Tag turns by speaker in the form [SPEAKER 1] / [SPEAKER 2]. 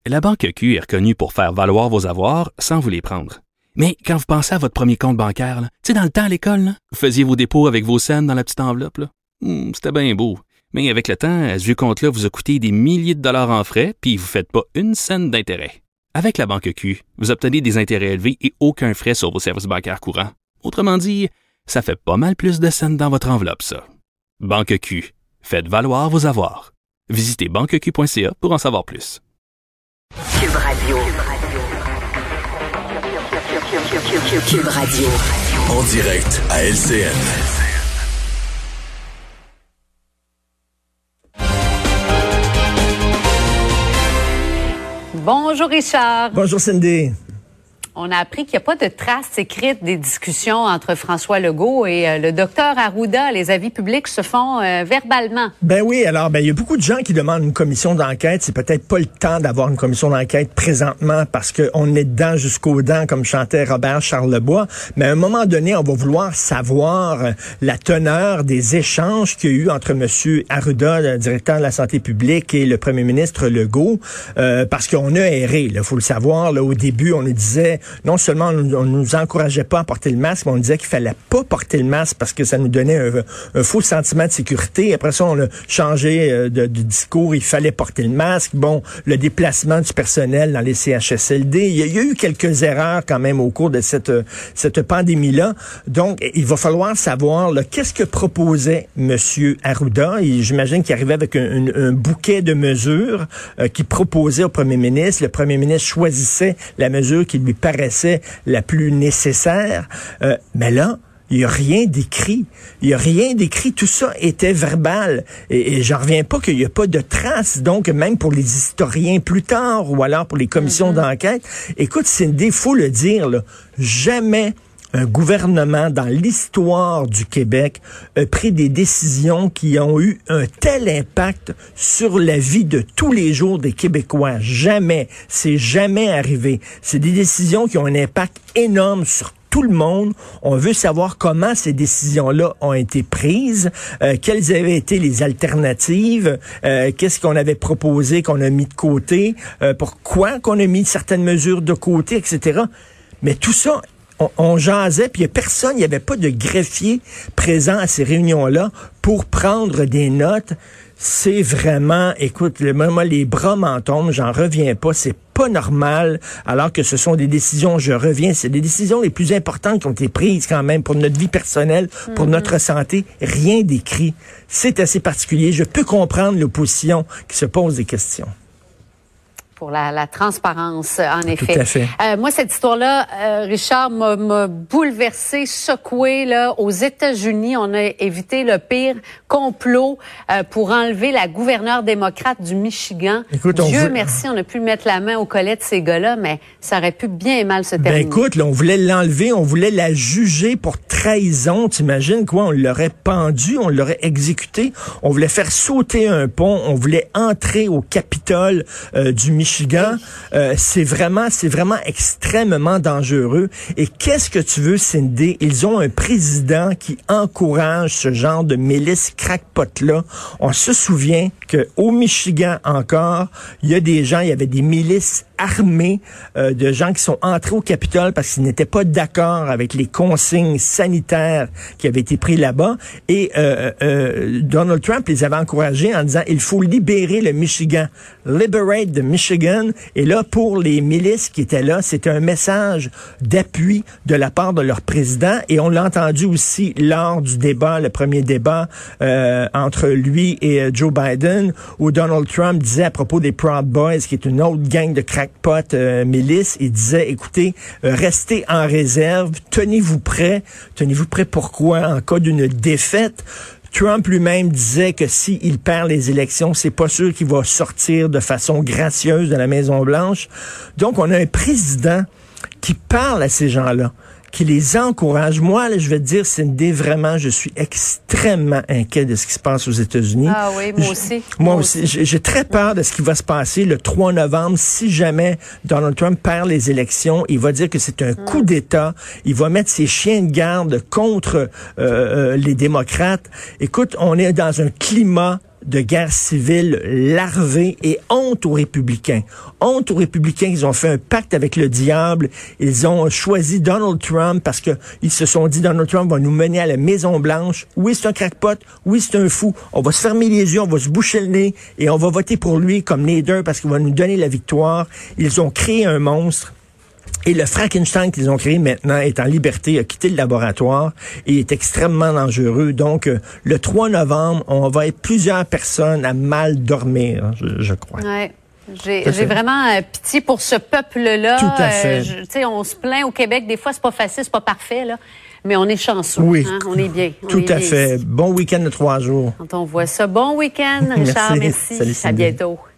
[SPEAKER 1] La Banque Q est reconnue pour faire valoir vos avoirs sans vous les prendre. Mais quand vous pensez à votre premier compte bancaire, tu sais, dans le temps à l'école, là, vous faisiez vos dépôts avec vos scènes dans la petite enveloppe. Là. C'était bien beau. Mais avec le temps, ce vieux compte-là vous a coûté des milliers de dollars en frais, puis vous ne faites pas une scène d'intérêt. Avec la Banque Q, vous obtenez des intérêts élevés et aucun frais sur vos services bancaires courants. Autrement dit, ça fait pas mal plus de scènes dans votre enveloppe, ça. Banque Q. Faites valoir vos avoirs. Visitez banqueq.ca pour en savoir plus.
[SPEAKER 2] Cube Radio. Cube Radio.
[SPEAKER 3] En direct à LCN.
[SPEAKER 4] Bonjour Richard.
[SPEAKER 5] Bonjour Cindy.
[SPEAKER 4] On a appris qu'il n'y a pas de traces écrites des discussions entre François Legault et le docteur Arruda. Les avis publics se font verbalement.
[SPEAKER 5] Ben oui, alors il y a beaucoup de gens qui demandent une commission d'enquête. C'est peut-être pas le temps d'avoir une commission d'enquête présentement parce qu'on est dedans jusqu'aux dents, comme chantait Robert Charlebois. Mais à un moment donné, on va vouloir savoir la teneur des échanges qu'il y a eu entre M. Arruda, le directeur de la santé publique, et le premier ministre Legault, parce qu'on a erré. Il faut le savoir. Là, au début, on nous disait non seulement on nous encourageait pas à porter le masque, mais on disait qu'il fallait pas porter le masque parce que ça nous donnait un faux sentiment de sécurité. Après ça, on a changé de discours, il fallait porter le masque. Bon, le déplacement du personnel dans les CHSLD, il y a eu quelques erreurs quand même au cours de cette pandémie-là. Donc, il va falloir savoir qu'est-ce que proposait M. Arruda. Et j'imagine qu'il arrivait avec un bouquet de mesures qu'il proposait au premier ministre. Le premier ministre choisissait la mesure qui lui paraissait la plus nécessaire. Mais là, il n'y a rien d'écrit. Il n'y a rien d'écrit. Tout ça était verbal. Et j'en reviens pas qu'il n'y a pas de traces. Donc, même pour les historiens plus tard ou alors pour les commissions d'enquête. Écoute, Cindy, faut le dire, là, jamais un gouvernement dans l'histoire du Québec a pris des décisions qui ont eu un tel impact sur la vie de tous les jours des Québécois. Jamais. C'est jamais arrivé. C'est des décisions qui ont un impact énorme sur tout le monde. On veut savoir comment ces décisions-là ont été prises, quelles avaient été les alternatives, qu'est-ce qu'on avait proposé, qu'on a mis de côté, pourquoi qu'on a mis certaines mesures de côté, etc. Mais tout ça, on jasait, puis il n'y a personne, il n'y avait pas de greffier présent à ces réunions-là pour prendre des notes. C'est vraiment, écoute, moi, les bras m'en tombent, j'en reviens pas, c'est pas normal, alors que ce sont des décisions, je reviens, c'est des décisions les plus importantes qui ont été prises quand même pour notre vie personnelle, pour notre santé, rien d'écrit. C'est assez particulier. Je peux comprendre l'opposition qui se pose des questions.
[SPEAKER 4] Pour la transparence, en effet.
[SPEAKER 5] Tout à fait.
[SPEAKER 4] Moi, cette histoire-là, Richard, m'a bouleversée, secouée. Là. Aux États-Unis, on a évité le pire complot pour enlever la gouverneure démocrate du Michigan. Écoute, Dieu merci, on a pu mettre la main au collet de ces gars-là, mais ça aurait pu bien mal se terminer.
[SPEAKER 5] Ben écoute, là, on voulait l'enlever, on voulait la juger pour trahison. T'imagines quoi? On l'aurait pendu, on l'aurait exécuté. On voulait faire sauter un pont, on voulait entrer au Capitole du Michigan. C'est vraiment extrêmement dangereux. Et qu'est-ce que tu veux, Cindy? Ils ont un président qui encourage ce genre de milice crackpot-là. On se souvient qu'au Michigan encore, il y avait des milices armées de gens qui sont entrés au Capitole parce qu'ils n'étaient pas d'accord avec les consignes sanitaires qui avaient été prises là-bas. Et Donald Trump les avait encouragés en disant il faut libérer le Michigan. Liberate the Michigan. Et là, pour les milices qui étaient là, c'était un message d'appui de la part de leur président. Et on l'a entendu aussi lors du débat, le premier débat entre lui et Joe Biden, où Donald Trump disait à propos des Proud Boys, qui est une autre gang de crackpots milices, il disait, écoutez, restez en réserve, tenez-vous prêts. Tenez-vous prêts pourquoi? En cas d'une défaite. Trump lui-même disait que s'il perd les élections, c'est pas sûr qu'il va sortir de façon gracieuse de la Maison-Blanche. Donc, on a un président qui parle à ces gens-là, qui les encourage. Moi, là, je vais te dire, Cindy, vraiment, je suis extrêmement inquiet de ce qui se passe aux États-Unis.
[SPEAKER 4] Ah oui, moi aussi.
[SPEAKER 5] Moi aussi. J'ai très peur de ce qui va se passer le 3 novembre. Si jamais Donald Trump perd les élections, il va dire que c'est un coup d'État. Il va mettre ses chiens de garde contre les démocrates. Écoute, on est dans un climat de guerre civile larvée et honte aux républicains. Honte aux républicains, ils ont fait un pacte avec le diable. Ils ont choisi Donald Trump parce que ils se sont dit Donald Trump va nous mener à la Maison-Blanche. Oui, c'est un crackpot. Oui, c'est un fou. On va se fermer les yeux, on va se boucher le nez et on va voter pour lui comme leader parce qu'il va nous donner la victoire. Ils ont créé un monstre. Et le Frankenstein qu'ils ont créé maintenant est en liberté, a quitté le laboratoire et est extrêmement dangereux. Donc, le 3 novembre, on va être plusieurs personnes à mal dormir, je crois.
[SPEAKER 4] Ouais. J'ai vraiment pitié pour ce peuple-là.
[SPEAKER 5] Tout à fait.
[SPEAKER 4] Tu sais, on se plaint au Québec, des fois, c'est pas facile, c'est pas parfait, là. Mais on est chanceux.
[SPEAKER 5] Oui.
[SPEAKER 4] Hein? On est bien.
[SPEAKER 5] Tout à fait. Bon week-end de 3 jours.
[SPEAKER 4] Quand on voit ça. Bon week-end, Richard. Merci.
[SPEAKER 5] Salut,
[SPEAKER 4] à bientôt.